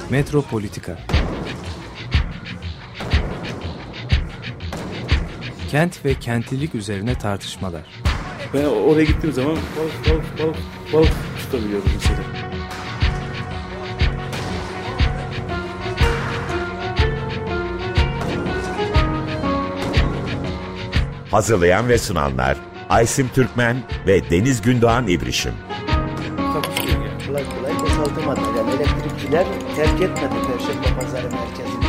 Metropolitika. Kent ve kentlilik üzerine tartışmalar. Ben oraya gittiğim zaman balık tutabiliyorum mesela. Hazırlayan ve sunanlar Aysim Türkmen ve Deniz Gündoğan İbrişim. Takusuyor yani. Kolay kolay boşaltamadı. Yani elektrikçiler terk etmedi Perşembe Pazarı merkezini.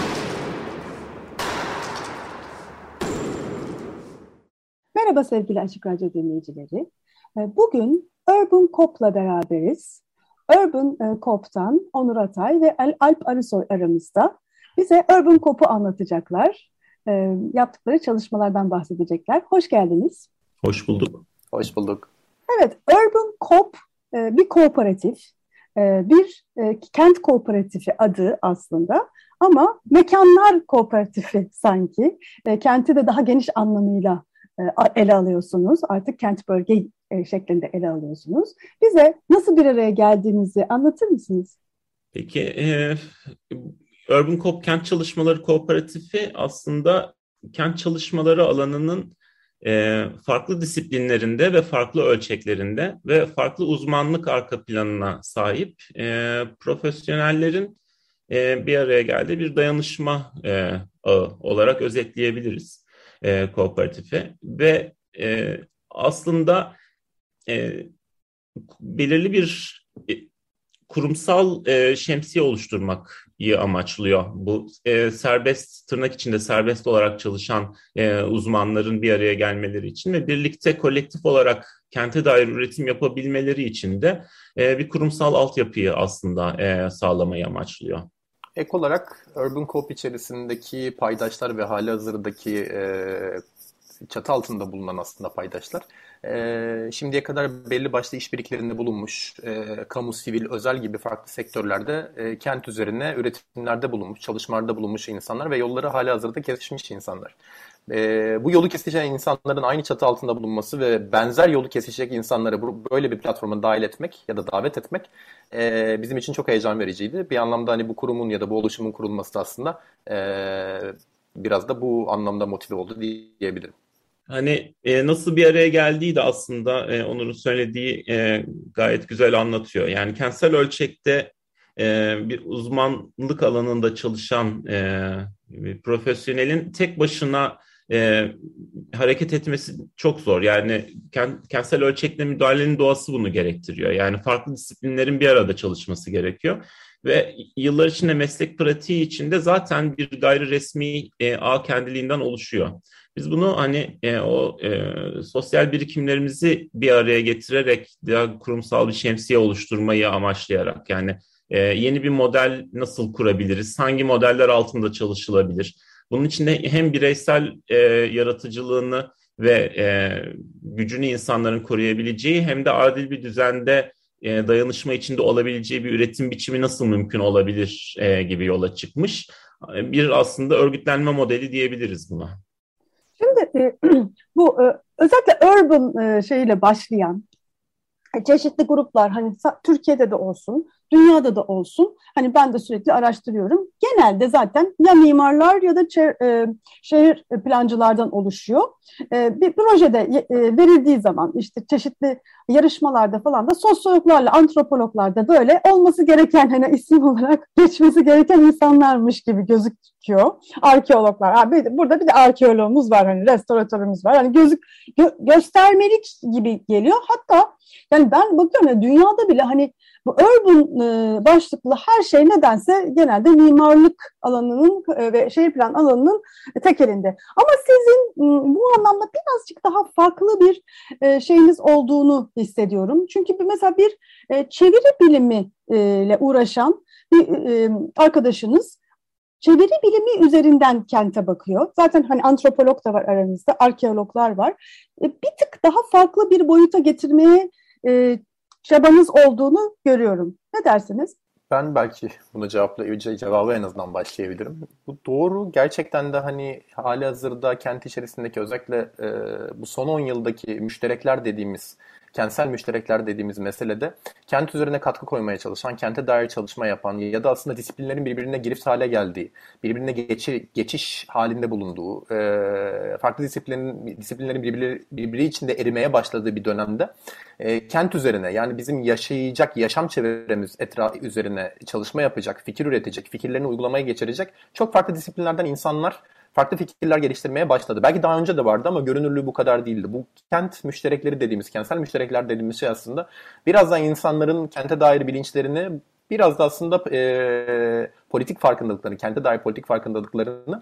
Merhaba sevgili Açık Radyo dinleyicileri. Bugün Urban Cop'la beraberiz. Urban Cop'tan Onur Atay ve Alp Arısoy aramızda. Bize Urban Cop'u anlatacaklar. Yaptıkları çalışmalardan bahsedecekler. Hoş geldiniz. Hoş bulduk. Hoş bulduk. Evet, Urban Cop bir kooperatif, bir kent kooperatifi adı aslında. Ama mekanlar kooperatifi sanki. Kenti de daha geniş anlamıyla ele alıyorsunuz. Artık kent bölge şeklinde ele alıyorsunuz. Bize nasıl bir araya geldiğinizi anlatır mısınız? Peki, Urban Coop Kent Çalışmaları Kooperatifi aslında kent çalışmaları alanının farklı disiplinlerinde ve farklı ölçeklerinde ve farklı uzmanlık arka planına sahip profesyonellerin bir araya geldiği bir dayanışma ağı olarak özetleyebiliriz kooperatifi. Ve aslında belirli bir kurumsal şemsiye oluşturmak amaçlıyor. Bu serbest, tırnak içinde serbest olarak çalışan uzmanların bir araya gelmeleri için ve birlikte kolektif olarak kente dair üretim yapabilmeleri için de bir kurumsal altyapıyı aslında sağlamayı amaçlıyor. Ek olarak Urban Coop içerisindeki paydaşlar ve halihazırdaki çatı altında bulunan aslında paydaşlar şimdiye kadar belli başlı işbirliklerinde bulunmuş, kamu, sivil, özel gibi farklı sektörlerde kent üzerine üretimlerde bulunmuş, çalışmalarda bulunmuş insanlar ve yolları halihazırda kesişmiş insanlar. Bu yolu kesişen insanların aynı çatı altında bulunması ve benzer yolu kesişecek insanları böyle bir platforma dahil etmek ya da davet etmek bizim için çok heyecan vericiydi. Bir anlamda hani bu kurumun ya da bu oluşumun kurulması da aslında biraz da bu anlamda motive oldu diyebilirim. Hani nasıl bir araya geldiği de aslında Onur'un söylediği gayet güzel anlatıyor. Yani kentsel ölçekte bir uzmanlık alanında çalışan bir profesyonelin tek başına hareket etmesi çok zor. Yani kentsel ölçekte müdahalenin doğası bunu gerektiriyor. Yani farklı disiplinlerin bir arada çalışması gerekiyor. Ve yıllar içinde meslek pratiği içinde zaten bir gayri resmi ağ kendiliğinden oluşuyor. Biz bunu hani sosyal birikimlerimizi bir araya getirerek daha kurumsal bir şemsiye oluşturmayı amaçlayarak yani yeni bir model nasıl kurabiliriz? Hangi modeller altında çalışılabilir? Bunun içinde hem bireysel yaratıcılığını ve gücünü insanların koruyabileceği hem de adil bir düzende dayanışma içinde olabileceği bir üretim biçimi nasıl mümkün olabilir gibi yola çıkmış. Bir aslında örgütlenme modeli diyebiliriz buna. Şimdi bu özellikle urban şeyle başlayan çeşitli gruplar hani Türkiye'de de olsun, dünyada da olsun. Hani ben de sürekli araştırıyorum. Genelde zaten ya mimarlar ya da şehir plancılardan oluşuyor. Bir projede verildiği zaman işte çeşitli yarışmalarda falan da sosyologlarla, antropologlar da böyle olması gereken hani isim olarak geçmesi gereken insanlarmış gibi gözüküyor. Arkeologlar. Burada bir de arkeologumuz var, hani restoratörümüz var. Hani göstermelik gibi geliyor. Hatta yani ben bakıyorum ya dünyada bile hani bu urban başlıklı her şey nedense genelde mimarlık alanının ve şehir plan alanının tekelinde. Ama sizin bu anlamda birazcık daha farklı bir şeyiniz olduğunu hissediyorum. Çünkü mesela bir çeviri bilimiyle uğraşan bir arkadaşınız çeviri bilimi üzerinden kente bakıyor. Zaten hani antropolog da var aranızda, arkeologlar var. Bir tık daha farklı bir boyuta getirmeye çabanız olduğunu görüyorum. Ne dersiniz? Ben belki bunu cevabı en azından başlayabilirim. Bu doğru. Gerçekten de hani halihazırda kent içerisindeki özellikle bu son 10 yıldaki müşterekler dediğimiz kentsel müşterekler dediğimiz meselede kent üzerine katkı koymaya çalışan, kente dair çalışma yapan ya da aslında disiplinlerin birbirine girift hale geldiği, birbirine geçiş halinde bulunduğu, farklı disiplinlerin birbiri içinde erimeye başladığı bir dönemde kent üzerine, yani bizim yaşayacak yaşam çevremiz üzerine çalışma yapacak, fikir üretecek, fikirlerini uygulamaya geçirecek çok farklı disiplinlerden insanlar farklı fikirler geliştirmeye başladı. Belki daha önce de vardı ama görünürlüğü bu kadar değildi. Bu kent müşterekleri dediğimiz, kentsel müşterekler dediğimiz şey aslında biraz da insanların kente dair bilinçlerini, biraz da aslında politik farkındalıklarını, kente dair politik farkındalıklarını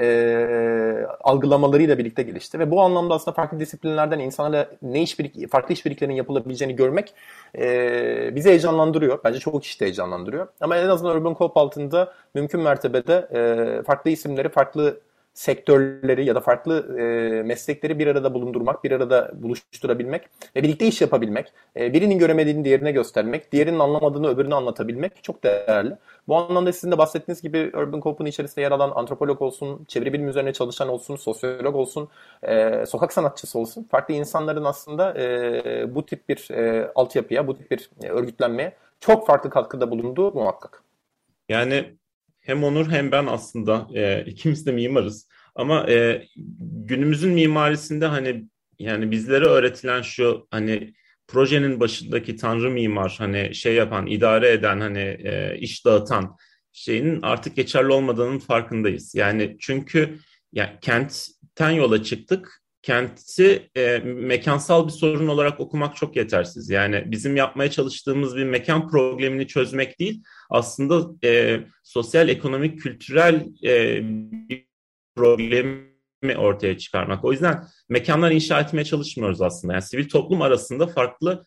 algılamalarıyla birlikte gelişti. Ve bu anlamda aslında farklı disiplinlerden insanlarla farklı işbirliklerinin yapılabileceğini görmek bizi heyecanlandırıyor. Bence çoğu kişi de heyecanlandırıyor. Ama en azından Urban Co-op altında mümkün mertebede farklı isimleri, farklı sektörleri ya da farklı meslekleri bir arada bulundurmak, bir arada buluşturabilmek ve birlikte iş yapabilmek, birinin göremediğini diğerine göstermek, diğerinin anlamadığını öbürüne anlatabilmek çok değerli. Bu anlamda sizin de bahsettiğiniz gibi Urban Co-op'un içerisinde yer alan antropolog olsun, çevre bilim üzerine çalışan olsun, sosyolog olsun, sokak sanatçısı olsun, farklı insanların aslında bu tip bir altyapıya, bu tip bir örgütlenmeye çok farklı katkıda bulunduğu muhakkak. Yani hem Onur hem ben aslında ikimiz de mimarız. Ama günümüzün mimarisinde hani yani bizlere öğretilen şu hani projenin başındaki tanrı mimar, hani şey yapan, idare eden, hani iş dağıtan şeyin artık geçerli olmadığının farkındayız. Yani çünkü yani kentten yola çıktık. Kenti mekansal bir sorun olarak okumak çok yetersiz. Yani bizim yapmaya çalıştığımız bir mekan problemini çözmek değil, aslında sosyal, ekonomik, kültürel bir problemi ortaya çıkarmak. O yüzden mekanlar inşa etmeye çalışmıyoruz aslında. Yani sivil toplum arasında farklı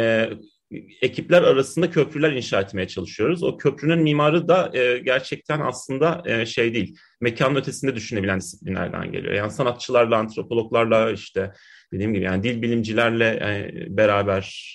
ekipler arasında köprüler inşa etmeye çalışıyoruz. O köprünün mimarı da gerçekten aslında şey değil, mekanın ötesinde düşünebilen disiplinlerden geliyor. Yani sanatçılarla, antropologlarla, işte dediğim gibi yani dil bilimcilerle beraber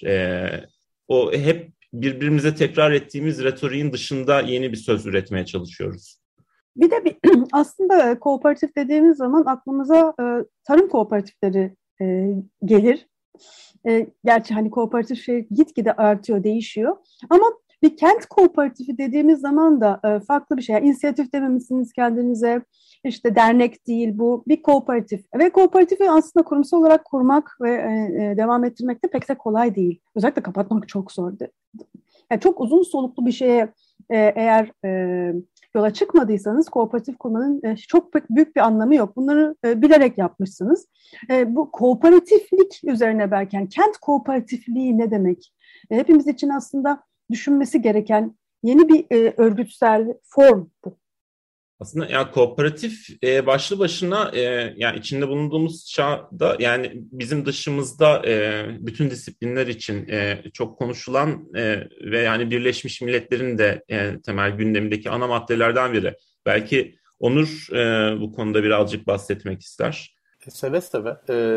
o hep birbirimize tekrar ettiğimiz retoriğin dışında yeni bir söz üretmeye çalışıyoruz. Bir de aslında kooperatif dediğimiz zaman aklımıza tarım kooperatifleri gelir. Gerçi hani kooperatif şey gitgide artıyor, değişiyor. Ama bir kent kooperatifi dediğimiz zaman da farklı bir şey. Yani inisiyatif dememişsiniz kendinize, işte dernek değil bu, bir kooperatif. Ve kooperatifi aslında kurumsal olarak kurmak ve devam ettirmek de pek de kolay değil. Özellikle kapatmak çok zor. Yani çok uzun soluklu bir şeye eğer yola çıkmadıysanız kooperatif kurmanın çok büyük bir anlamı yok. Bunları bilerek yapmışsınız. Bu kooperatiflik üzerine belki yani kent kooperatifliği ne demek? Hepimiz için aslında düşünmesi gereken yeni bir örgütsel form bu. Aslında yani kooperatif başlı başına yani içinde bulunduğumuz çağda yani bizim dışımızda bütün disiplinler için çok konuşulan ve yani Birleşmiş Milletler'in de temel gündemindeki ana maddelerden biri. Belki Onur bu konuda birazcık bahsetmek ister. Seve seve.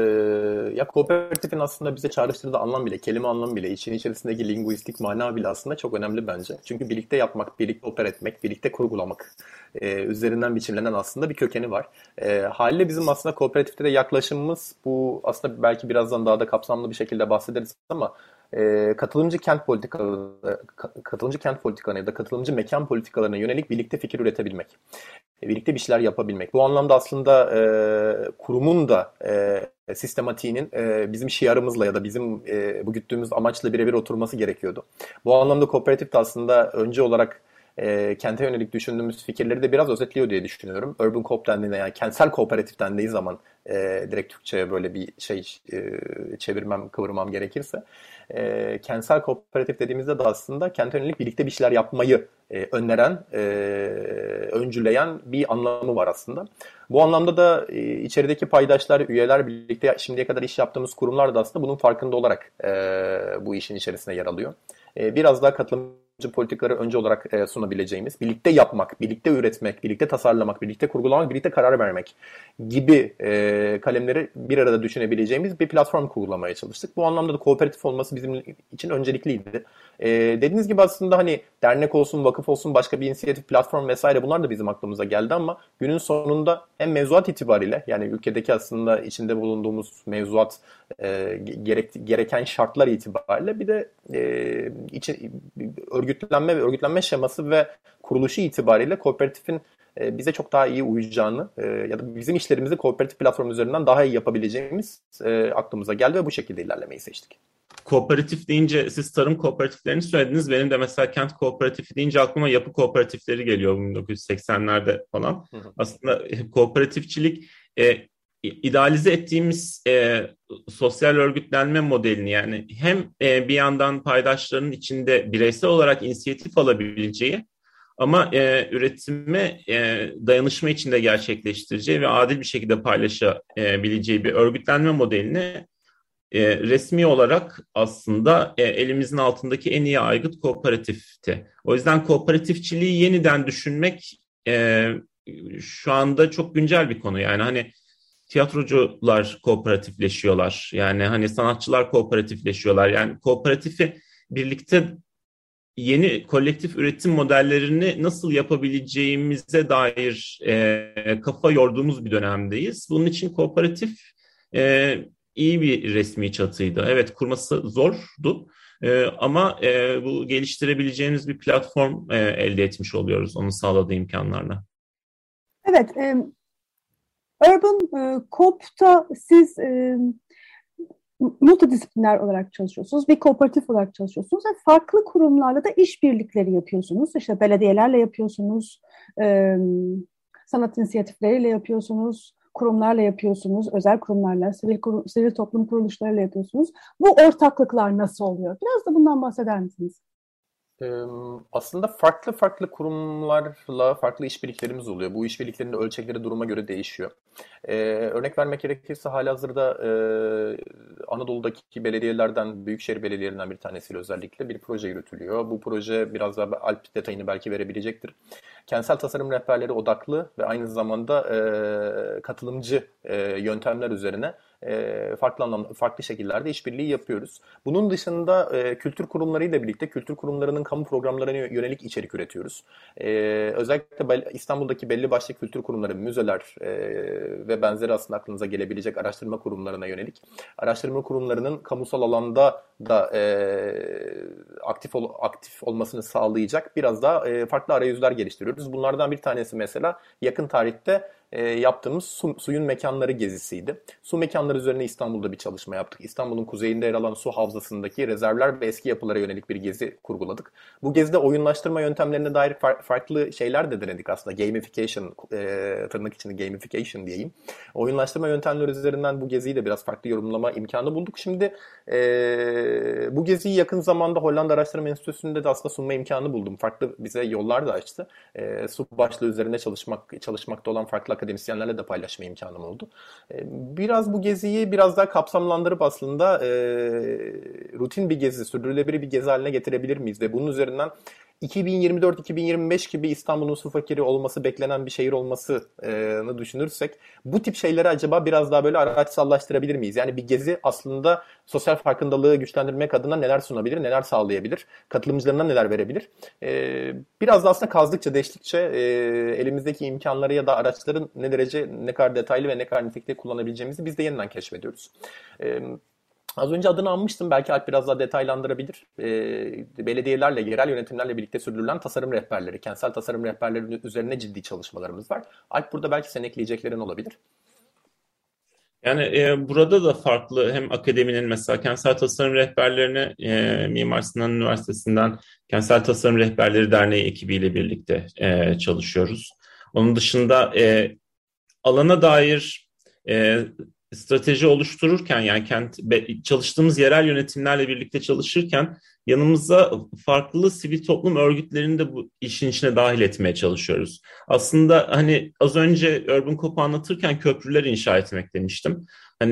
Ya kooperatifin aslında bize çağrıştırdığı anlam bile, kelime anlamı bile, için içerisindeki linguistik mana bile aslında çok önemli bence. Çünkü birlikte yapmak, birlikte oper etmek, birlikte kurgulamak üzerinden biçimlenen aslında bir kökeni var. Haliyle bizim aslında kooperatifte de yaklaşımımız bu, aslında belki birazdan daha da kapsamlı bir şekilde bahsederiz ama katılımcı kent politikalarına ya da katılımcı mekan politikalarına yönelik birlikte fikir üretebilmek. Birlikte bir şeyler yapabilmek. Bu anlamda aslında kurumun da sistematiğinin bizim şiarımızla ya da bizim bu güttüğümüz amaçla birebir oturması gerekiyordu. Bu anlamda kooperatif de aslında önce olarak kente yönelik düşündüğümüz fikirleri de biraz özetliyor diye düşünüyorum. Urban Co-op dendiğinde, yani kentsel kooperatif dendiği zaman direkt Türkçe'ye böyle bir şey kıvırmam gerekirse kentsel kooperatif dediğimizde de aslında kente yönelik birlikte bir şeyler yapmayı öneren, öncüleyen bir anlamı var aslında. Bu anlamda da içerideki paydaşlar, üyeler, birlikte şimdiye kadar iş yaptığımız kurumlar da aslında bunun farkında olarak bu işin içerisine yer alıyor. Biraz daha katılımcı politikaları önce olarak sunabileceğimiz, birlikte yapmak, birlikte üretmek, birlikte tasarlamak, birlikte kurgulamak, birlikte karar vermek gibi kalemleri bir arada düşünebileceğimiz bir platform kurgulamaya çalıştık. Bu anlamda da kooperatif olması bizim için öncelikliydi. Dediğiniz gibi aslında hani dernek olsun, vakıf olsun, başka bir inisiyatif, platform vesaire bunlar da bizim aklımıza geldi ama günün sonunda hem mevzuat itibariyle yani ülkedeki aslında içinde bulunduğumuz mevzuat gereken şartlar itibariyle bir de örgütlenme şeması ve kuruluşu itibariyle kooperatifin bize çok daha iyi uyacağını ya da bizim işlerimizi kooperatif platform üzerinden daha iyi yapabileceğimiz aklımıza geldi ve bu şekilde ilerlemeyi seçtik. Kooperatif deyince siz tarım kooperatiflerini söylediniz. Benim de mesela kent kooperatifi deyince aklıma yapı kooperatifleri geliyor 1980'lerde falan. Aslında kooperatifçilik idealize ettiğimiz sosyal örgütlenme modelini yani hem bir yandan paydaşlarının içinde bireysel olarak inisiyatif alabileceği ama üretime dayanışma içinde gerçekleştireceği ve adil bir şekilde paylaşabileceği bir örgütlenme modelini resmi olarak aslında elimizin altındaki en iyi aygıt kooperatifti. O yüzden kooperatifçiliği yeniden düşünmek şu anda çok güncel bir konu. Yani hani tiyatrocular kooperatifleşiyorlar. Yani hani sanatçılar kooperatifleşiyorlar. Yani kooperatifi birlikte yeni kolektif üretim modellerini nasıl yapabileceğimize dair kafa yorduğumuz bir dönemdeyiz. Bunun için kooperatif iyi bir resmi çatıydı. Evet, kurması zordu ama bu geliştirebileceğimiz bir platform elde etmiş oluyoruz onun sağladığı imkanlarla. Evet, Urban Coop'ta siz multidisipliner olarak çalışıyorsunuz, bir kooperatif olarak çalışıyorsunuz ve farklı kurumlarla da işbirlikleri yapıyorsunuz. İşte belediyelerle yapıyorsunuz, sanat inisiyatifleriyle yapıyorsunuz, kurumlarla yapıyorsunuz, özel kurumlarla, sivil toplum kuruluşlarıyla yapıyorsunuz. Bu ortaklıklar nasıl oluyor? Biraz da bundan bahseder misiniz? Aslında farklı kurumlarla farklı işbirliklerimiz oluyor. Bu işbirliklerin de ölçekleri duruma göre değişiyor. Örnek vermek gerekirse halihazırda Anadolu'daki belediyelerden, büyükşehir belediyelerinden bir tanesiyle özellikle bir proje yürütülüyor. Bu proje biraz daha Alp detayını belki verebilecektir. Kentsel tasarım rehberleri odaklı ve aynı zamanda katılımcı yöntemler üzerine farklı şekillerde işbirliği yapıyoruz. Bunun dışında kültür kurumlarıyla birlikte kültür kurumlarının kamu programlarına yönelik içerik üretiyoruz. Özellikle İstanbul'daki belli başlı kültür kurumları, müzeler ve benzeri aslında aklınıza gelebilecek araştırma kurumlarına yönelik. Araştırma kurumlarının kamusal alanda da aktif olmasını sağlayacak biraz daha farklı arayüzler geliştiriyoruz. Bunlardan bir tanesi mesela yakın tarihte yaptığımız suyun mekanları gezisiydi. Su mekanları üzerine İstanbul'da bir çalışma yaptık. İstanbul'un kuzeyinde yer alan su havzasındaki rezervler ve eski yapılara yönelik bir gezi kurguladık. Bu gezide oyunlaştırma yöntemlerine dair farklı şeyler de denedik aslında. Gamification, tırnak içinde gamification diyeyim. Oyunlaştırma yöntemleri üzerinden bu geziyi de biraz farklı yorumlama imkanı bulduk. Şimdi bu geziyi yakın zamanda Hollanda Araştırma Enstitüsü'nde de aslında sunma imkanı buldum. Farklı bize yollar da açtı. Su başlığı üzerine çalışmakta olan farklı akademisyenlerle de paylaşma imkanım oldu. Biraz bu geziyi biraz daha kapsamlandırıp aslında rutin bir gezi, sürdürülebilir bir gezi haline getirebilir miyiz? Ve bunun üzerinden 2024-2025 gibi İstanbul'un su fakiri olması, beklenen bir şehir olmasını düşünürsek bu tip şeyleri acaba biraz daha böyle araçsallaştırabilir miyiz? Yani bir gezi aslında sosyal farkındalığı güçlendirmek adına neler sunabilir, neler sağlayabilir, katılımcılarına neler verebilir? Biraz da aslında kazdıkça, deştikçe elimizdeki imkanları ya da araçların ne kadar detaylı ve ne kadar nitelikli kullanabileceğimizi biz de yeniden keşfediyoruz. Az önce adını anmıştım. Belki Alp biraz daha detaylandırabilir. Belediyelerle, yerel yönetimlerle birlikte sürdürülen tasarım rehberleri, kentsel tasarım rehberleri üzerine ciddi çalışmalarımız var. Alp burada belki senin ekleyeceklerin olabilir. Yani burada da farklı hem akademinin mesela kentsel tasarım rehberlerini Mimar Sinan Üniversitesi'nden Kentsel Tasarım Rehberleri Derneği ekibiyle birlikte çalışıyoruz. Onun dışında alana dair strateji oluştururken yani çalıştığımız yerel yönetimlerle birlikte çalışırken yanımıza farklı sivil toplum örgütlerini de bu işin içine dahil etmeye çalışıyoruz. Aslında hani az önce Urban Coop'u anlatırken köprüler inşa etmek demiştim. Hani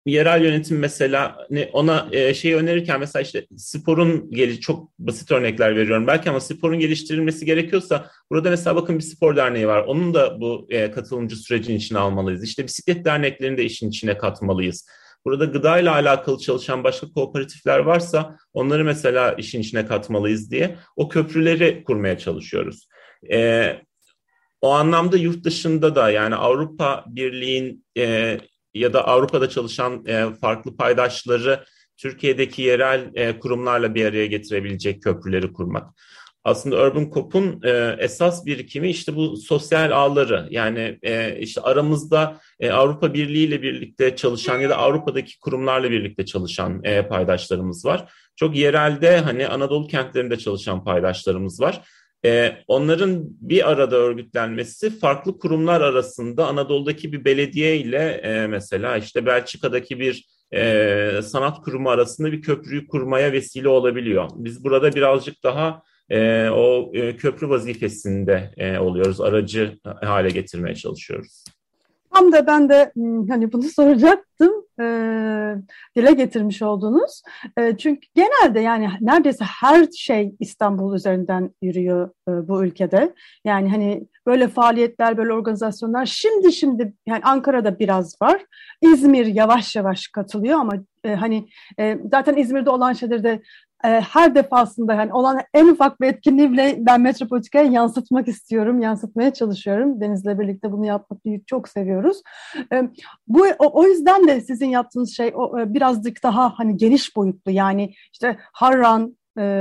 yerel yönetim mesela ona şeyi önerirken mesela işte sporun çok basit örnekler veriyorum belki ama sporun geliştirilmesi gerekiyorsa burada mesela bakın bir spor derneği var. Onun da bu katılımcı sürecin içine almalıyız. İşte bisiklet derneklerini de işin içine katmalıyız. Burada gıdayla alakalı çalışan başka kooperatifler varsa onları mesela işin içine katmalıyız diye o köprüleri kurmaya çalışıyoruz. O anlamda yurt dışında da yani Avrupa Birliği'nin ya da Avrupa'da çalışan farklı paydaşları Türkiye'deki yerel kurumlarla bir araya getirebilecek köprüleri kurmak. Aslında Urban Coop'un esas birikimi işte bu sosyal ağları yani işte aramızda Avrupa Birliği ile birlikte çalışan ya da Avrupa'daki kurumlarla birlikte çalışan paydaşlarımız var. Çok yerelde hani Anadolu kentlerinde çalışan paydaşlarımız var. Onların bir arada örgütlenmesi farklı kurumlar arasında Anadolu'daki bir belediye ile mesela işte Belçika'daki bir sanat kurumu arasında bir köprüyü kurmaya vesile olabiliyor. Biz burada birazcık daha o köprü vazifesinde oluyoruz, aracı hale getirmeye çalışıyoruz. Tam da ben de hani bunu soracaktım. Dile getirmiş oldunuz. Çünkü genelde yani neredeyse her şey İstanbul üzerinden yürüyor bu ülkede. Yani hani böyle faaliyetler, böyle organizasyonlar şimdi yani Ankara'da biraz var. İzmir yavaş yavaş katılıyor ama hani zaten İzmir'de olan şeyleri de her defasında yani olan en ufak bir etkinliği bile ben Metropolitika'ya yansıtmak istiyorum, yansıtmaya çalışıyorum. Deniz'le birlikte bunu yapmayı çok seviyoruz. O yüzden de sizin yaptığınız şey birazcık daha hani geniş boyutlu. Yani işte Harran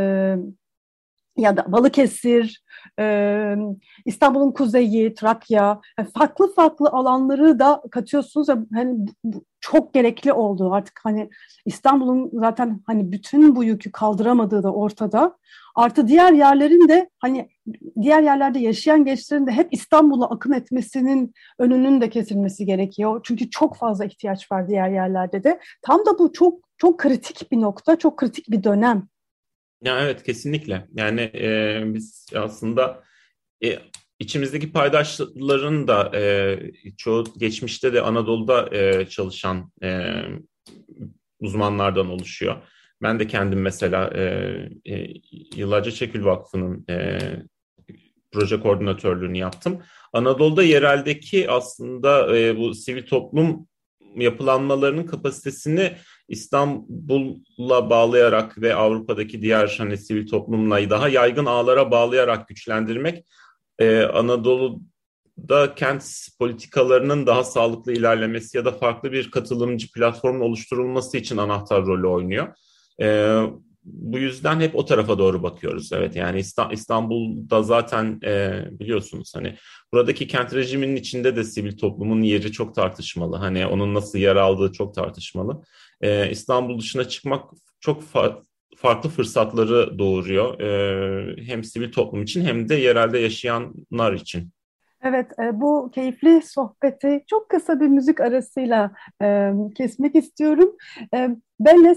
ya da Balıkesir, İstanbul'un kuzeyi, Trakya, yani farklı alanları da katıyorsunuz. Hani çok gerekli oldu artık hani İstanbul'un zaten hani bütün bu yükü kaldıramadığı da ortada. Artı diğer yerlerin de hani diğer yerlerde yaşayan gençlerin de hep İstanbul'a akın etmesinin önünün de kesilmesi gerekiyor. Çünkü çok fazla ihtiyaç var diğer yerlerde de. Tam da bu çok kritik bir nokta, çok kritik bir dönem. Ya evet kesinlikle. Yani biz aslında içimizdeki paydaşların da çoğu geçmişte de Anadolu'da çalışan uzmanlardan oluşuyor. Ben de kendim mesela yıllarca Çekül Vakfı'nın proje koordinatörlüğünü yaptım. Anadolu'da yereldeki aslında bu sivil toplum yapılanmalarının kapasitesini İstanbul'la bağlayarak ve Avrupa'daki diğer hani sivil toplumla daha yaygın ağlara bağlayarak güçlendirmek Anadolu'da kent politikalarının daha sağlıklı ilerlemesi ya da farklı bir katılımcı platformun oluşturulması için anahtar rolü oynuyor. Bu yüzden hep o tarafa doğru bakıyoruz. Evet yani İstanbul'da zaten biliyorsunuz hani buradaki kent rejiminin içinde de sivil toplumun yeri çok tartışmalı. Hani onun nasıl yer aldığı çok tartışmalı. İstanbul dışına çıkmak çok farklı fırsatları doğuruyor. Hem sivil toplum için hem de yerelde yaşayanlar için. Evet, bu keyifli sohbeti çok kısa bir müzik arasıyla kesmek istiyorum. Belle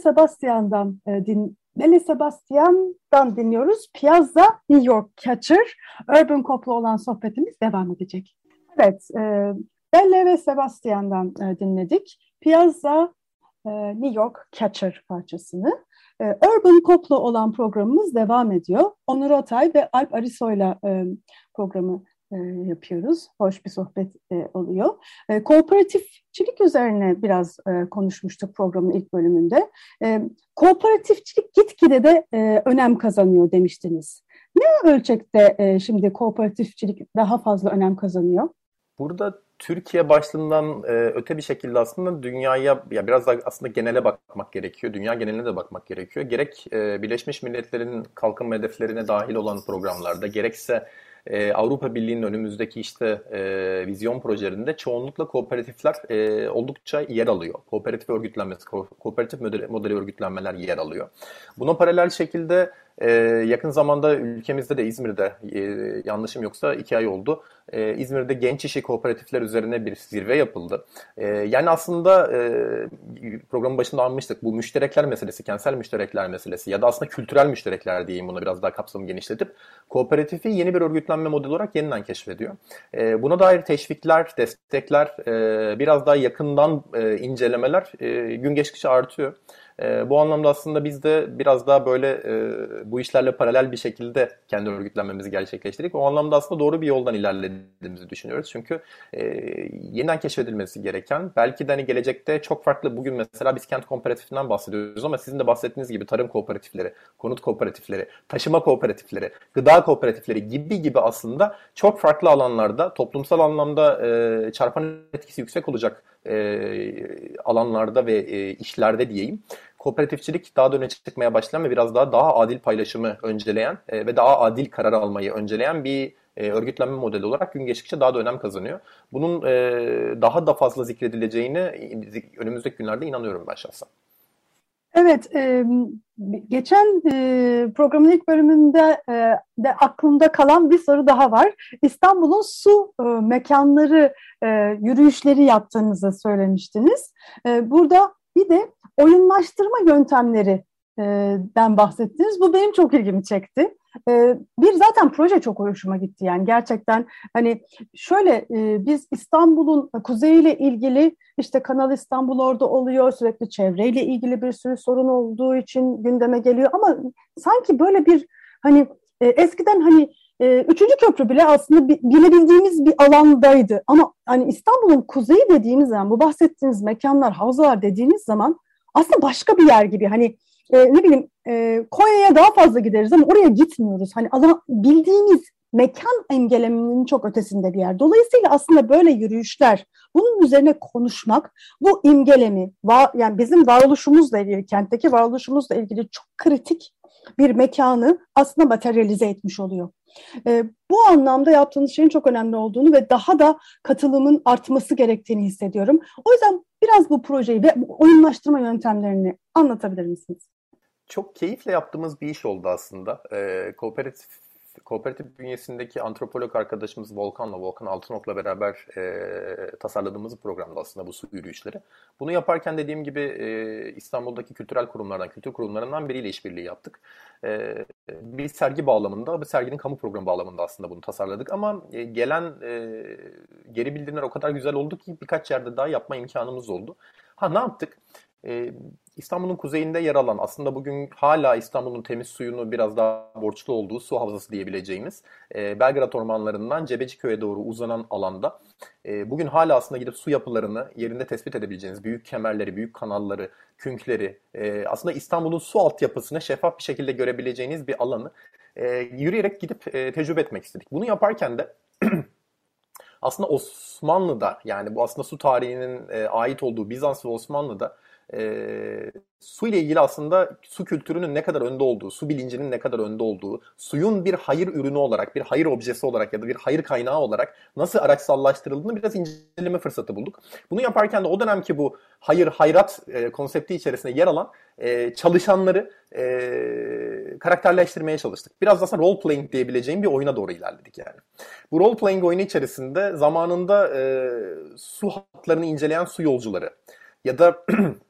Sebastian'dan dinliyoruz. Piazza New York Catcher. Urban Coop'la olan sohbetimiz devam edecek. Evet, Belle ve Sebastian'dan dinledik. Piazza New York Catcher parçasını. Urban Coop'la olan programımız devam ediyor. Onur Atay ve Alp Ariso'yla programı yapıyoruz. Hoş bir sohbet oluyor. Kooperatifçilik üzerine biraz konuşmuştuk programın ilk bölümünde. Kooperatifçilik gitgide de önem kazanıyor demiştiniz. Ne ölçekte şimdi kooperatifçilik daha fazla önem kazanıyor? Burada Türkiye başlığından öte bir şekilde aslında dünyaya ya biraz da aslında genele bakmak gerekiyor. Dünya geneline de bakmak gerekiyor. Gerek Birleşmiş Milletler'in kalkınma hedeflerine dahil olan programlarda gerekse Avrupa Birliği'nin önümüzdeki işte vizyon projelerinde çoğunlukla kooperatifler oldukça yer alıyor. Kooperatif örgütlenmesi, kooperatif modeli örgütlenmeler yer alıyor. Buna paralel şekilde Yakın zamanda ülkemizde de İzmir'de yanlışım yoksa 2 ay oldu. İzmir'de genç işi kooperatifler üzerine bir zirve yapıldı. Yani aslında programın başında anmıştık. Bu müşterekler meselesi, kentsel müşterekler meselesi ya da aslında kültürel müşterekler diyeyim buna biraz daha kapsamı genişletip koooperatifi yeni bir örgütlenme modeli olarak yeniden keşfediyor. Buna dair teşvikler, destekler, biraz daha yakından incelemeler gün geçtikçe artıyor. Bu anlamda aslında biz de biraz daha böyle bu işlerle paralel bir şekilde kendi örgütlenmemizi gerçekleştirdik. O anlamda aslında doğru bir yoldan ilerlediğimizi düşünüyoruz. Çünkü yeniden keşfedilmesi gereken, belki de hani gelecekte çok farklı, bugün mesela biz kent kooperatifinden bahsediyoruz ama sizin de bahsettiğiniz gibi tarım kooperatifleri, konut kooperatifleri, taşıma kooperatifleri, gıda kooperatifleri gibi aslında çok farklı alanlarda, toplumsal anlamda çarpan etkisi yüksek olacak alanlarda ve işlerde diyeyim. Kooperatifçilik daha da öne çıkmaya başlayan ve biraz daha adil paylaşımı önceleyen ve daha adil karar almayı önceleyen bir örgütlenme modeli olarak gün geçtikçe daha da önem kazanıyor. Bunun daha da fazla zikredileceğini önümüzdeki günlerde inanıyorum ben şahsen. Evet, geçen programın ilk bölümünde de aklımda kalan bir soru daha var. İstanbul'un su mekanları yürüyüşleri yaptığınızı söylemiştiniz. Burada bir de oyunlaştırma yöntemlerinden bahsettiniz. Bu benim çok ilgimi çekti. Bir zaten proje çok hoşuma gitti, yani gerçekten hani şöyle biz İstanbul'un kuzeyiyle ilgili işte Kanal İstanbul orada oluyor, sürekli çevreyle ilgili bir sürü sorun olduğu için gündeme geliyor ama sanki böyle bir hani eskiden hani üçüncü köprü bile aslında bilebildiğimiz bir alandaydı ama hani İstanbul'un kuzeyi dediğimiz zaman, bu bahsettiğiniz mekanlar, havzalar dediğiniz zaman aslında başka bir yer gibi, hani ne bileyim Konya'ya daha fazla gideriz ama oraya gitmiyoruz. Hani bildiğimiz mekan imgeleminin çok ötesinde bir yer. Dolayısıyla aslında böyle yürüyüşler, bunun üzerine konuşmak, bu imgelemi, yani bizim varoluşumuzla ilgili, kentteki varoluşumuzla ilgili çok kritik bir mekanı aslında materyalize etmiş oluyor. Bu anlamda yaptığınız şeyin çok önemli olduğunu ve daha da katılımın artması gerektiğini hissediyorum. O yüzden biraz bu projeyi ve bu oyunlaştırma yöntemlerini anlatabilir misiniz? Çok keyifle yaptığımız bir iş oldu aslında. Kooperatif bünyesindeki antropolog arkadaşımız Volkan Altınok'la beraber tasarladığımız programda aslında bu su yürüyüşleri. Bunu yaparken dediğim gibi İstanbul'daki kültür kurumlarından biriyle işbirliği yaptık. Bir sergi bağlamında, bir serginin kamu programı bağlamında aslında bunu tasarladık ama gelen geri bildirimler o kadar güzel oldu ki birkaç yerde daha yapma imkanımız oldu. Ne yaptık? İstanbul'un kuzeyinde yer alan, aslında bugün hala İstanbul'un temiz suyunu biraz daha borçlu olduğu su havzası diyebileceğimiz Belgrad ormanlarından Cebeciköy'e doğru uzanan alanda bugün hala aslında gidip su yapılarını yerinde tespit edebileceğiniz büyük kemerleri, büyük kanalları, künkleri, aslında İstanbul'un su altyapısını şeffaf bir şekilde görebileceğiniz bir alanı yürüyerek gidip tecrübe etmek istedik. Bunu yaparken de aslında Osmanlı'da, yani bu aslında su tarihinin ait olduğu Bizans ve Osmanlı'da su ile ilgili aslında su kültürünün ne kadar önde olduğu, su bilincinin ne kadar önde olduğu, suyun bir hayır ürünü olarak, bir hayır objesi olarak ya da bir hayır kaynağı olarak nasıl araçsallaştırıldığını biraz inceleme fırsatı bulduk. Bunu yaparken de o dönemki bu hayrat konsepti içerisinde yer alan çalışanları karakterleştirmeye çalıştık. Biraz aslında role playing diyebileceğim bir oyuna doğru ilerledik yani. Bu role playing oyunu içerisinde zamanında su hatlarını inceleyen su yolcuları ya da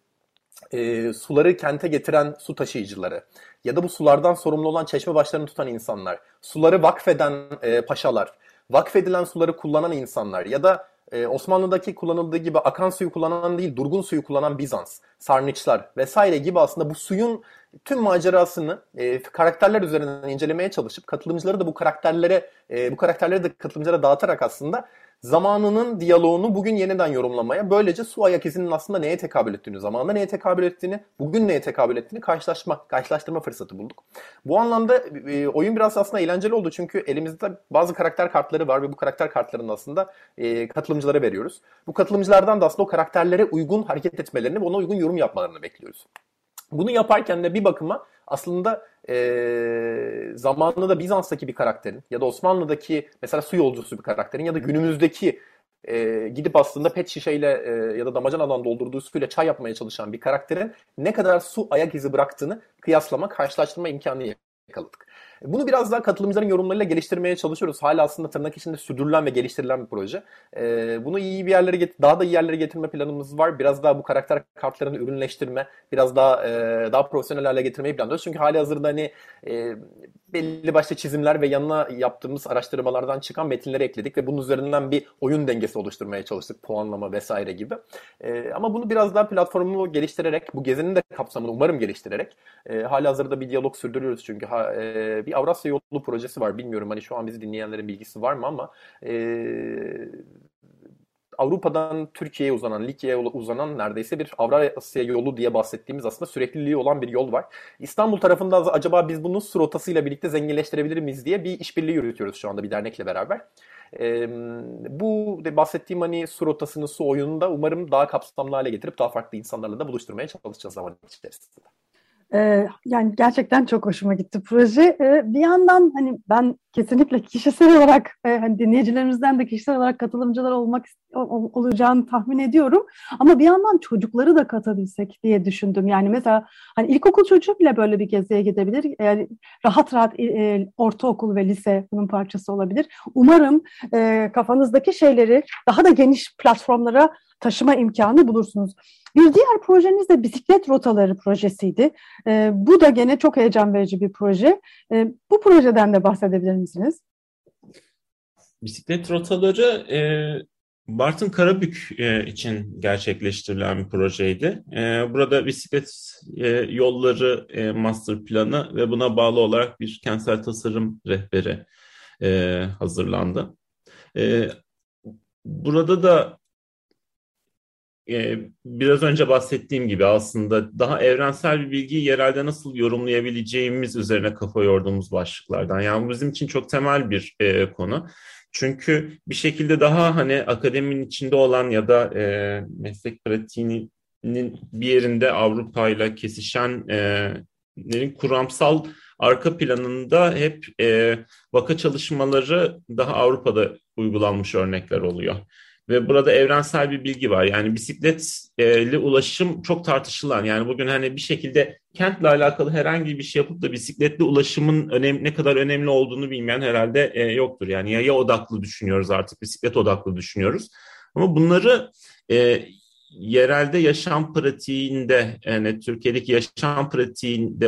suları kente getiren su taşıyıcıları ya da bu sulardan sorumlu olan çeşme başlarını tutan insanlar, suları vakfeden paşalar, vakfedilen suları kullanan insanlar ya da Osmanlı'daki kullanıldığı gibi akan suyu kullanan değil, durgun suyu kullanan Bizans, sarnıçlar vesaire gibi aslında bu suyun tüm macerasını karakterler üzerinden incelemeye çalışıp katılımcıları da bu karakterleri de katılımcılara dağıtarak aslında zamanının diyaloğunu bugün yeniden yorumlamaya, böylece su ayak izinin aslında neye tekabül ettiğini, zamanında neye tekabül ettiğini, bugün neye tekabül ettiğini karşılaştırma fırsatı bulduk. Bu anlamda oyun biraz aslında eğlenceli oldu çünkü elimizde bazı karakter kartları var ve bu karakter kartlarını aslında katılımcılara veriyoruz. Bu katılımcılardan da aslında o karakterlere uygun hareket etmelerini ve ona uygun yorum yapmalarını bekliyoruz. Bunu yaparken de bir bakıma aslında zamanında Bizans'taki bir karakterin ya da Osmanlı'daki mesela su yolcusu bir karakterin ya da günümüzdeki gidip aslında pet şişeyle ya da damacanadan doldurduğu suyla çay yapmaya çalışan bir karakterin ne kadar su ayak izi bıraktığını karşılaştırma imkanı yakaladık. Bunu biraz daha katılımcıların yorumlarıyla geliştirmeye çalışıyoruz. Hala aslında tırnak içinde sürdürülen ve geliştirilen bir proje. Bunu iyi bir yerlere daha da iyi yerlere getirme planımız var. Biraz daha bu karakter kartlarını ürünleştirme, biraz daha profesyonel hale getirmeyi planlıyoruz. Çünkü halihazırda hani belli başlı çizimler ve yanına yaptığımız araştırmalardan çıkan metinleri ekledik ve bunun üzerinden bir oyun dengesi oluşturmaya çalıştık. Puanlama vesaire gibi. Ama bunu biraz daha platformu geliştirerek, bu gezinin de kapsamını umarım geliştirerek halihazırda bir diyalog sürdürüyoruz. Çünkü bir Avrasya Yolu projesi var. Bilmiyorum hani şu an bizi dinleyenlerin bilgisi var mı ama Avrupa'dan Türkiye'ye uzanan, Likya'ya uzanan neredeyse bir Avrasya yolu diye bahsettiğimiz aslında sürekliliği olan bir yol var. İstanbul tarafında acaba biz bunu su rotasıyla birlikte zenginleştirebilir miyiz diye bir işbirliği yürütüyoruz şu anda bir dernekle beraber. Bu bahsettiğim hani su rotasını, su oyununu da umarım daha kapsamlı hale getirip daha farklı insanlarla da buluşturmaya çalışacağız zaman içerisinde. Yani gerçekten çok hoşuma gitti proje. Bir yandan hani ben kesinlikle kişisel olarak hani dinleyicilerimizden de kişisel olarak katılımcılar olacağını tahmin ediyorum. Ama bir yandan çocukları da katabilsek diye düşündüm. Yani mesela hani ilkokul çocuğu bile böyle bir geziye gidebilir. Yani rahat ortaokul ve lise bunun parçası olabilir. Umarım kafanızdaki şeyleri daha da geniş platformlara taşıma imkanı bulursunuz. Bir diğer projeniz de bisiklet rotaları projesiydi. Bu da gene çok heyecan verici bir proje. Bu projeden de bahsedebilir misiniz? Bisiklet rotaları Bartın Karabük için gerçekleştirilen bir projeydi. Burada bisiklet yolları master planı ve buna bağlı olarak bir kentsel tasarım rehberi hazırlandı. Burada da biraz önce bahsettiğim gibi aslında daha evrensel bir bilgiyi yerelde nasıl yorumlayabileceğimiz üzerine kafa yorduğumuz başlıklardan. Yani bu bizim için çok temel bir konu. Çünkü bir şekilde daha hani akademinin içinde olan ya da meslek pratiğinin bir yerinde Avrupa ile kesişenlerin kuramsal arka planında hep vaka çalışmaları daha Avrupa'da uygulanmış örnekler oluyor. Ve burada evrensel bir bilgi var. Yani bisikletli ulaşım çok tartışılan. Yani bugün hani bir şekilde kentle alakalı herhangi bir şey yapıp da bisikletli ulaşımın ne kadar önemli olduğunu bilmeyen herhalde yoktur. Yani yaya odaklı düşünüyoruz artık, bisiklet odaklı düşünüyoruz. Ama bunları yerelde yaşam pratiğinde, yani Türkiye'deki yaşam pratiğinde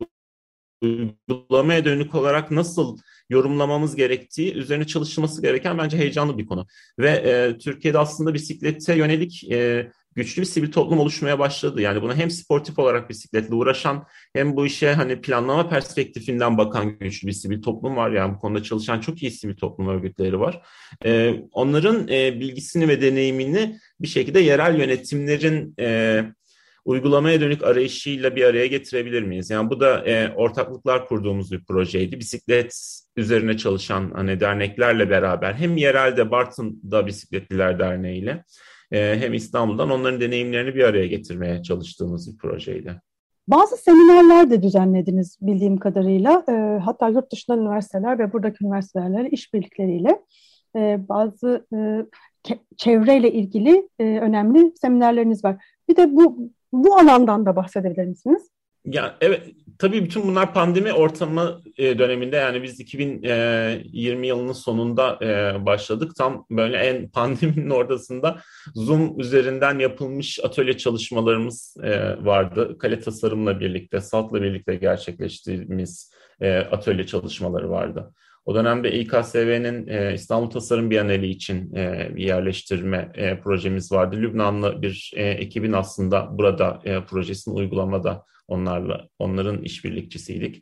uygulamaya dönük olarak nasıl yorumlamamız gerektiği üzerine çalışılması gereken bence heyecanlı bir konu. Ve Türkiye'de aslında bisiklete yönelik güçlü bir sivil toplum oluşmaya başladı. Yani buna hem sportif olarak bisikletle uğraşan hem bu işe hani planlama perspektifinden bakan güçlü bir sivil toplum var. Yani bu konuda çalışan çok iyi sivil toplum örgütleri var. Onların bilgisini ve deneyimini bir şekilde yerel yönetimlerin uygulamaya dönük arayışıyla bir araya getirebilir miyiz? Yani bu da ortaklıklar kurduğumuz bir projeydi. Bisiklet üzerine çalışan hani derneklerle beraber hem yerelde Bartın'da Bisikletliler Derneği ile hem İstanbul'dan onların deneyimlerini bir araya getirmeye çalıştığımız bir projeydi. Bazı seminerler de düzenlediniz bildiğim kadarıyla. Hatta yurt dışından üniversiteler ve buradaki üniversitelerle işbirlikleriyle bazı çevreyle ilgili önemli seminerleriniz var. Bir de bu alandan da bahsedebilir misiniz? Ya evet, tabii bütün bunlar pandemi ortamı döneminde, yani biz 2020 yılının sonunda başladık. Tam böyle en pandeminin ortasında Zoom üzerinden yapılmış atölye çalışmalarımız vardı. Kale Tasarım'la birlikte, SALT'la birlikte gerçekleştirdiğimiz atölye çalışmaları vardı. O dönemde İKSV'nin İstanbul Tasarım Bienali için bir yerleştirme projemiz vardı. Lübnanlı bir ekibin aslında burada projesini uygulamada onların işbirlikçisiydik.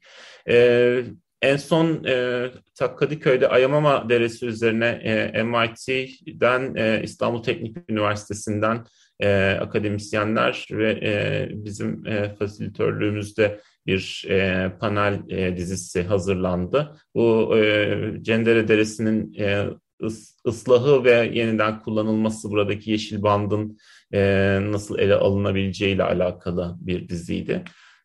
En son Kadıköy'de Ayamama Deresi üzerine MIT'den, İstanbul Teknik Üniversitesi'nden akademisyenler ve bizim fasilitörlüğümüzde bir panel dizisi hazırlandı. Bu Cendere Deresi'nin ıslahı ve yeniden kullanılması, buradaki yeşil bandın nasıl ele alınabileceğiyle alakalı bir diziydi.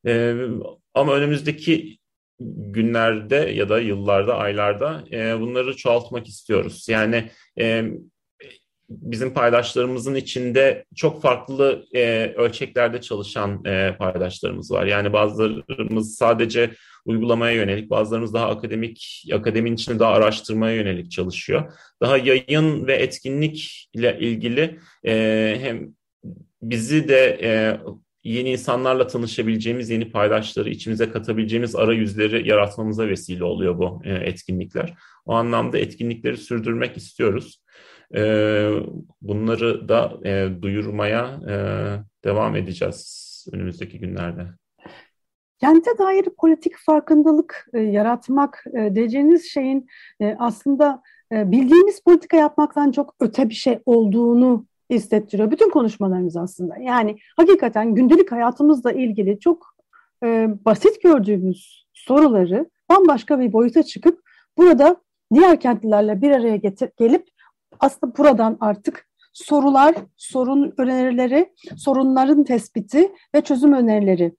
Ama önümüzdeki günlerde ya da yıllarda, aylarda bunları çoğaltmak istiyoruz. Yani bizim paydaşlarımızın içinde çok farklı ölçeklerde çalışan paydaşlarımız var. Yani bazılarımız sadece uygulamaya yönelik, bazılarımız daha akademinin içinde daha araştırmaya yönelik çalışıyor. Daha yayın ve etkinlikle ilgili hem bizi de yeni insanlarla tanışabileceğimiz, yeni paydaşları içimize katabileceğimiz arayüzleri yaratmamıza vesile oluyor bu etkinlikler. O anlamda etkinlikleri sürdürmek istiyoruz. Bunları da duyurmaya devam edeceğiz önümüzdeki günlerde. Kente dair politik farkındalık yaratmak diyeceğiniz şeyin aslında bildiğimiz politika yapmaktan çok öte bir şey olduğunu hissettiriyor. Bütün konuşmalarımız aslında. Yani hakikaten gündelik hayatımızla ilgili çok basit gördüğümüz soruları bambaşka bir boyuta çıkıp burada diğer kentlilerle bir araya gelip aslında buradan artık sorular, sorun önerileri, sorunların tespiti ve çözüm önerileri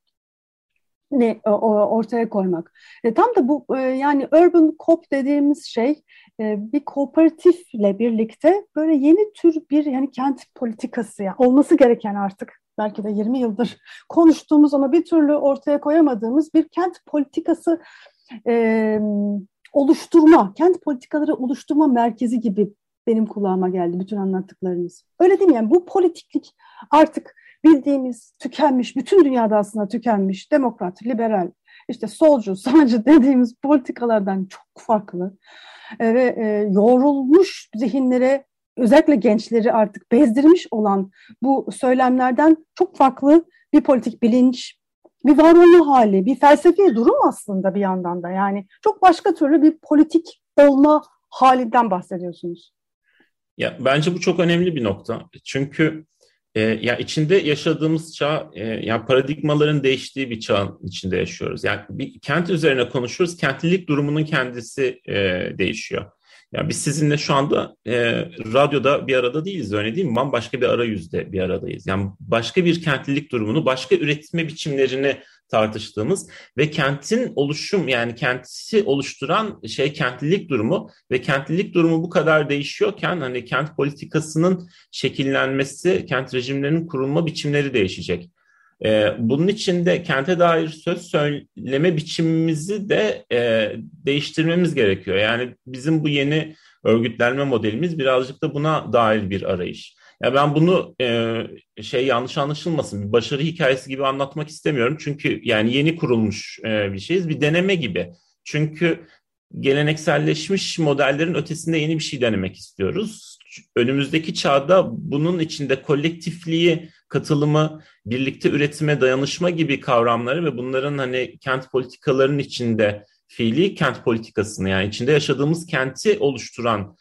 ortaya koymak. Tam da bu yani Urban Coop dediğimiz şey bir kooperatifle birlikte böyle yeni tür bir yani kent politikası yani olması gereken artık belki de 20 yıldır konuştuğumuz ama bir türlü ortaya koyamadığımız bir kent politikası oluşturma, kent politikaları oluşturma merkezi gibi benim kulağıma geldi bütün anlattıklarınız. Öyle değil mi? Yani bu politiklik artık bildiğimiz tükenmiş, bütün dünyada aslında tükenmiş, demokrat, liberal, işte solcu, sağcı dediğimiz politikalardan çok farklı ve yoğrulmuş zihinlere, özellikle gençleri artık bezdirmiş olan bu söylemlerden çok farklı bir politik bilinç, bir var olma hali, bir felsefi durum aslında bir yandan da. Yani çok başka türlü bir politik olma halinden bahsediyorsunuz. Ya bence bu çok önemli bir nokta. Çünkü ya içinde yaşadığımız çağ, yani paradigmaların değiştiği bir çağın içinde yaşıyoruz. Yani bir kent üzerine konuşuyoruz, kentlilik durumunun kendisi değişiyor. Yani biz sizinle şu anda radyoda bir arada değiliz, öyle değil mi? Bambaşka bir arayüzde bir aradayız. Yani başka bir kentlilik durumunu, başka üretme biçimlerini tartıştığımız ve kentin oluşum, yani kenti oluşturan şey kentlilik durumu ve kentlilik durumu bu kadar değişiyorken hani kent politikasının şekillenmesi, kent rejimlerinin kurulma biçimleri değişecek. Bunun için de kente dair söz söyleme biçimimizi de değiştirmemiz gerekiyor. Yani bizim bu yeni örgütlenme modelimiz birazcık da buna dair bir arayış. Ya ben bunu yanlış anlaşılmasın, bir başarı hikayesi gibi anlatmak istemiyorum. Çünkü yani yeni kurulmuş bir şeyiz, bir deneme gibi. Çünkü gelenekselleşmiş modellerin ötesinde yeni bir şey denemek istiyoruz. Önümüzdeki çağda bunun içinde kolektifliği, katılımı, birlikte üretime, dayanışma gibi kavramları ve bunların hani kent politikalarının içinde fiili kent politikasını, yani içinde yaşadığımız kenti oluşturan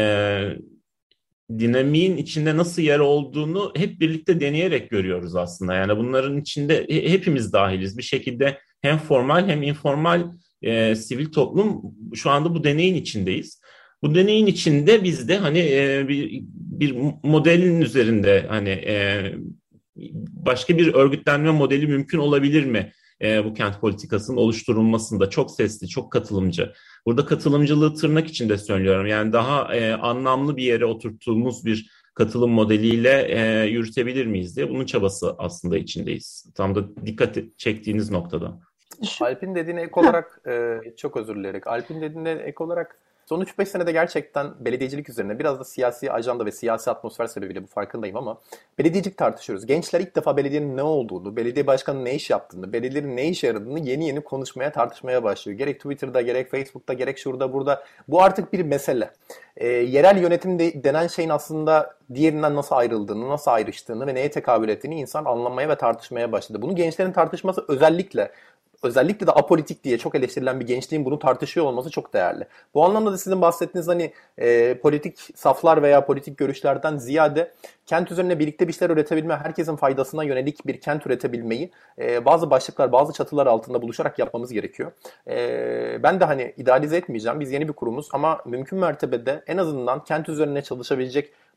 dinamiğin içinde nasıl yer olduğunu hep birlikte deneyerek görüyoruz aslında. Yani bunların içinde hepimiz dahiliz. Bir şekilde hem formal hem informal sivil toplum şu anda bu deneyin içindeyiz. Bu deneyin içinde biz de hani bir modelin üzerinde hani başka bir örgütlenme modeli mümkün olabilir mi? Bu kent politikasının oluşturulmasında çok sesli, çok katılımcı. Burada katılımcılığı tırnak içinde söylüyorum. Yani daha anlamlı bir yere oturttuğumuz bir katılım modeliyle yürütebilir miyiz diye bunun çabası aslında içindeyiz. Tam da dikkat çektiğiniz noktada. Alp'in dediğine ek olarak çok özür dileyerek. Alp'in dediğine ek olarak son 3-5 senede gerçekten belediyecilik üzerine biraz da siyasi ajanda ve siyasi atmosfer sebebiyle bu farkındayım ama belediyecilik tartışıyoruz. Gençler ilk defa belediyenin ne olduğunu, belediye başkanının ne iş yaptığını, belediyenin ne işe yaradığını yeni konuşmaya, tartışmaya başlıyor. Gerek Twitter'da, gerek Facebook'ta, gerek şurada, burada. Bu artık bir mesele. Yerel yönetim denen şeyin aslında diğerinden nasıl ayrıldığını, nasıl ayrıştığını ve neye tekabül ettiğini insan anlamaya ve tartışmaya başladı. Bunu gençlerin tartışması özellikle de apolitik diye çok eleştirilen bir gençliğin bunu tartışıyor olması çok değerli. Bu anlamda da sizin bahsettiğiniz hani politik saflar veya politik görüşlerden ziyade kent üzerine birlikte bir şeyler üretebilme, herkesin faydasına yönelik bir kent üretebilmeyi bazı başlıklar, bazı çatılar altında buluşarak yapmamız gerekiyor. Ben de hani idealize etmeyeceğim. Biz yeni bir kurumuz ama mümkün mertebede en azından kent üzerine çalışabilecek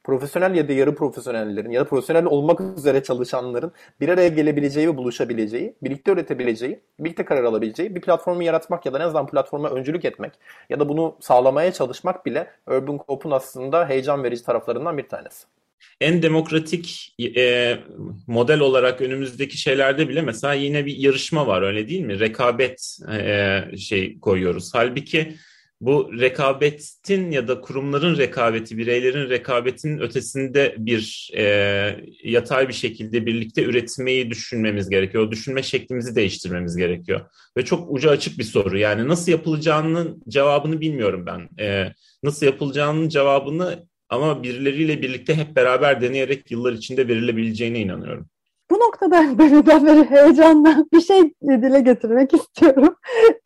profesyonel ya da yarı profesyonellerin ya da profesyonel olmak üzere çalışanların bir araya gelebileceği ve buluşabileceği, birlikte üretebileceği, birlikte karar alabileceği bir platformu yaratmak ya da en azından platforma öncülük etmek ya da bunu sağlamaya çalışmak bile Urban Coop'un aslında heyecan verici taraflarından bir tanesi. En demokratik model olarak önümüzdeki şeylerde bile mesela yine bir yarışma var, öyle değil mi? Rekabet koyuyoruz. Halbuki bu rekabetin ya da kurumların rekabeti, bireylerin rekabetinin ötesinde bir yatay bir şekilde birlikte üretmeyi düşünmemiz gerekiyor. O düşünme şeklimizi değiştirmemiz gerekiyor. Ve çok ucu açık bir soru. Yani nasıl yapılacağının cevabını bilmiyorum ben. Nasıl yapılacağının cevabını ama birileriyle birlikte hep beraber deneyerek yıllar içinde verilebileceğine inanıyorum. Bu noktada ben beri heyecanla bir şey dile getirmek istiyorum.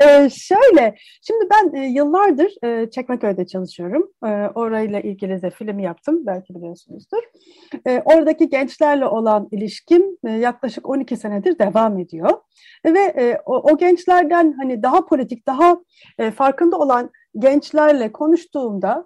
Şimdi ben yıllardır Çekmeköy'de çalışıyorum. Orayla ilgili de film yaptım, belki biliyorsunuzdur. Oradaki gençlerle olan ilişkim yaklaşık 12 senedir devam ediyor. Ve o gençlerden hani daha politik, daha farkında olan gençlerle konuştuğumda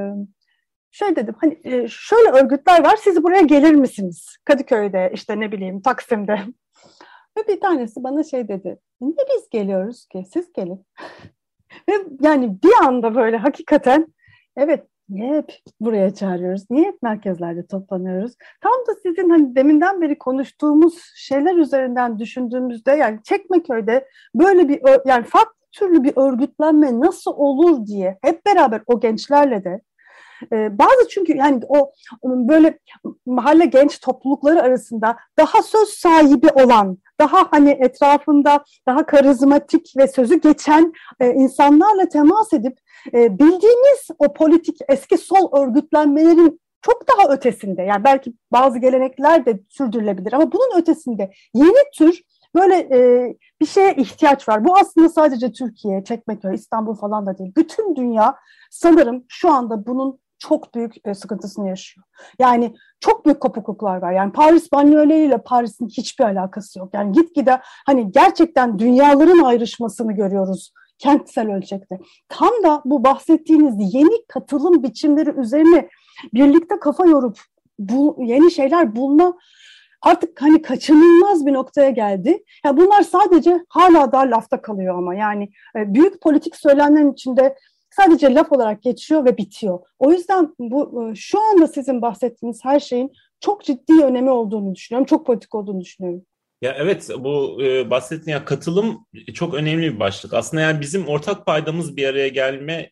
dedim, hani şöyle örgütler var, siz buraya gelir misiniz? Kadıköy'de, işte ne bileyim Taksim'de. Ve bir tanesi bana dedi, niye biz geliyoruz ki, siz gelin. Ve yani bir anda böyle hakikaten, evet, niye hep buraya çağırıyoruz, niye hep merkezlerde toplanıyoruz? Tam da sizin hani deminden beri konuştuğumuz şeyler üzerinden düşündüğümüzde, yani Çekmeköy'de böyle bir, yani farklı türlü bir örgütlenme nasıl olur diye hep beraber o gençlerle de bazı, çünkü yani o böyle mahalle genç toplulukları arasında daha söz sahibi olan, daha hani etrafında daha karizmatik ve sözü geçen insanlarla temas edip bildiğimiz o politik eski sol örgütlenmelerin çok daha ötesinde, yani belki bazı gelenekler de sürdürülebilir ama bunun ötesinde yeni tür böyle bir şeye ihtiyaç var. Bu aslında sadece Türkiye, Çekmeköy, İstanbul falan da değil. Bütün dünya sanırım şu anda bunun çok büyük sıkıntısını yaşıyor. Yani çok büyük kopukluklar var. Yani Paris banliyöleriyle Paris'in hiçbir alakası yok. Yani gitgide hani gerçekten dünyaların ayrışmasını görüyoruz kentsel ölçekte. Tam da bu bahsettiğiniz yeni katılım biçimleri üzerine birlikte kafa yorup bu yeni şeyler bulma artık hani kaçınılmaz bir noktaya geldi. Ya bunlar sadece hala da lafta kalıyor ama yani büyük politik söylemlerin içinde sadece laf olarak geçiyor ve bitiyor. O yüzden bu şu anda sizin bahsettiğiniz her şeyin çok ciddi önemi olduğunu düşünüyorum. Çok politik olduğunu düşünüyorum. Ya evet, bu bahsettiğin katılım çok önemli bir başlık. Aslında yani bizim ortak paydamız bir araya gelme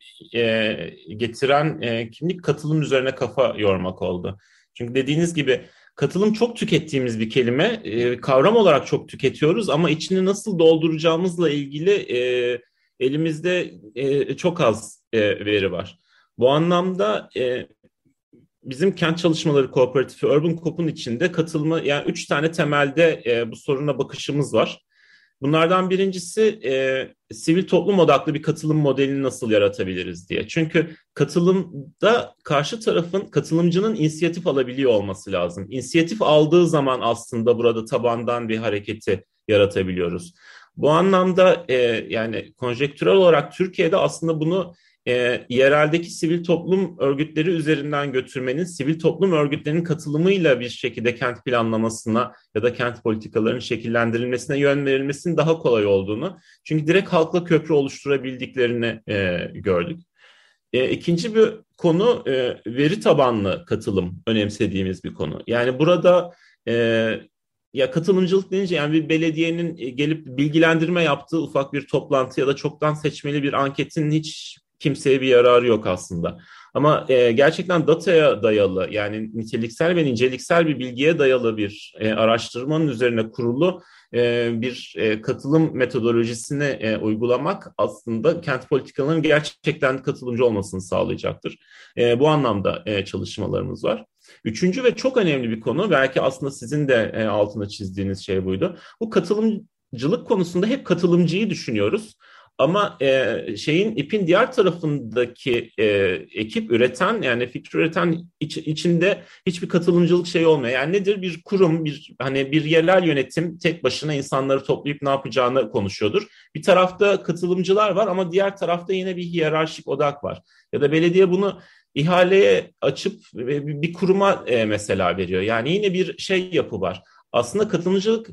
getiren kimlik katılım üzerine kafa yormak oldu. Çünkü dediğiniz gibi katılım çok tükettiğimiz bir kelime. Kavram olarak çok tüketiyoruz ama içini nasıl dolduracağımızla ilgili elimizde çok az veri var. Bu anlamda bizim kent çalışmaları kooperatifi Urban Coop'un içinde katılma, yani 3 tane temelde bu soruna bakışımız var. Bunlardan birincisi sivil toplum odaklı bir katılım modelini nasıl yaratabiliriz diye. Çünkü katılımda karşı tarafın, katılımcının inisiyatif alabiliyor olması lazım. İnisiyatif aldığı zaman aslında burada tabandan bir hareketi yaratabiliyoruz. Bu anlamda yani konjektürel olarak Türkiye'de aslında bunu yereldeki sivil toplum örgütleri üzerinden götürmenin, sivil toplum örgütlerinin katılımıyla bir şekilde kent planlamasına ya da kent politikalarının şekillendirilmesine yön verilmesinin daha kolay olduğunu, çünkü direkt halkla köprü oluşturabildiklerini gördük. İkinci bir konu veri tabanlı katılım, önemsediğimiz bir konu. Yani burada ya katılımcılık deyince yani bir belediyenin gelip bilgilendirme yaptığı ufak bir toplantı ya da çoktan seçmeli bir anketin hiç kimseye bir yararı yok aslında. Ama gerçekten dataya dayalı, yani niteliksel ve niceliksel bir bilgiye dayalı bir araştırmanın üzerine kurulu bir katılım metodolojisini uygulamak aslında kent politikalarının gerçekten katılımcı olmasını sağlayacaktır. Bu anlamda çalışmalarımız var. Üçüncü ve çok önemli bir konu, belki aslında sizin de altına çizdiğiniz şey buydu. Bu katılımcılık konusunda hep katılımcıyı düşünüyoruz. Ama ipin diğer tarafındaki ekip üreten, yani fikir üreten içinde hiçbir katılımcılık şeyi olmuyor. Yani nedir? Bir kurum, bir yerel yönetim tek başına insanları toplayıp ne yapacağını konuşuyordur. Bir tarafta katılımcılar var ama diğer tarafta yine bir hiyerarşik odak var. Ya da belediye bunu ihaleye açıp bir kuruma mesela veriyor. Yani yine bir yapı var. Aslında katılımcılık,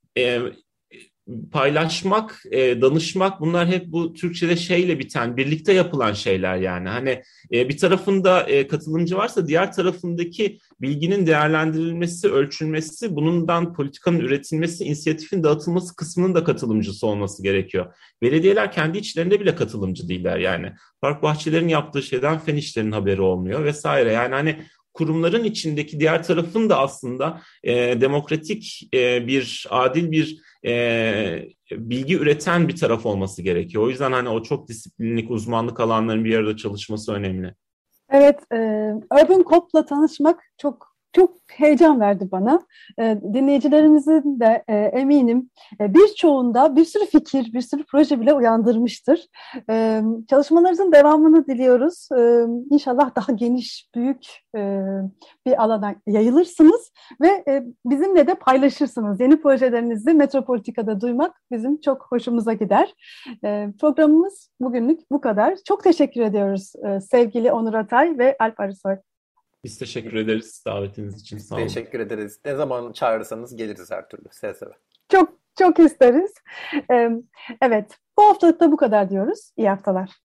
paylaşmak, danışmak, bunlar hep bu Türkçe'de şeyle biten, birlikte yapılan şeyler yani. Hani bir tarafında katılımcı varsa diğer tarafındaki bilginin değerlendirilmesi, ölçülmesi, bundan politikanın üretilmesi, inisiyatifin dağıtılması kısmının da katılımcısı olması gerekiyor. Belediyeler kendi içlerinde bile katılımcı değiller yani. Park bahçelerin yaptığı şeyden fen işlerinin haberi olmuyor vesaire. Yani hani kurumların içindeki diğer tarafın da aslında demokratik, bir adil bir bilgi üreten bir taraf olması gerekiyor. O yüzden hani o çok disiplinlik, uzmanlık alanların bir arada çalışması önemli. Evet, Urban Coop'la tanışmak çok heyecan verdi bana. Dinleyicilerimizin de eminim birçoğunda bir sürü fikir, bir sürü proje bile uyandırmıştır. Çalışmalarınızın devamını diliyoruz. İnşallah daha geniş, büyük bir alana yayılırsınız ve bizimle de paylaşırsınız. Yeni projelerinizi Metropolitika'da duymak bizim çok hoşumuza gider. Programımız bugünlük bu kadar. Çok teşekkür ediyoruz sevgili Onur Atay ve Alp Arısoy. Biz teşekkür ederiz davetiniz için. Sağ olun. Teşekkür ederiz. Ne zaman çağırırsanız geliriz her türlü. Seve seve. Çok isteriz. Evet, bu haftalık da bu kadar diyoruz. İyi haftalar.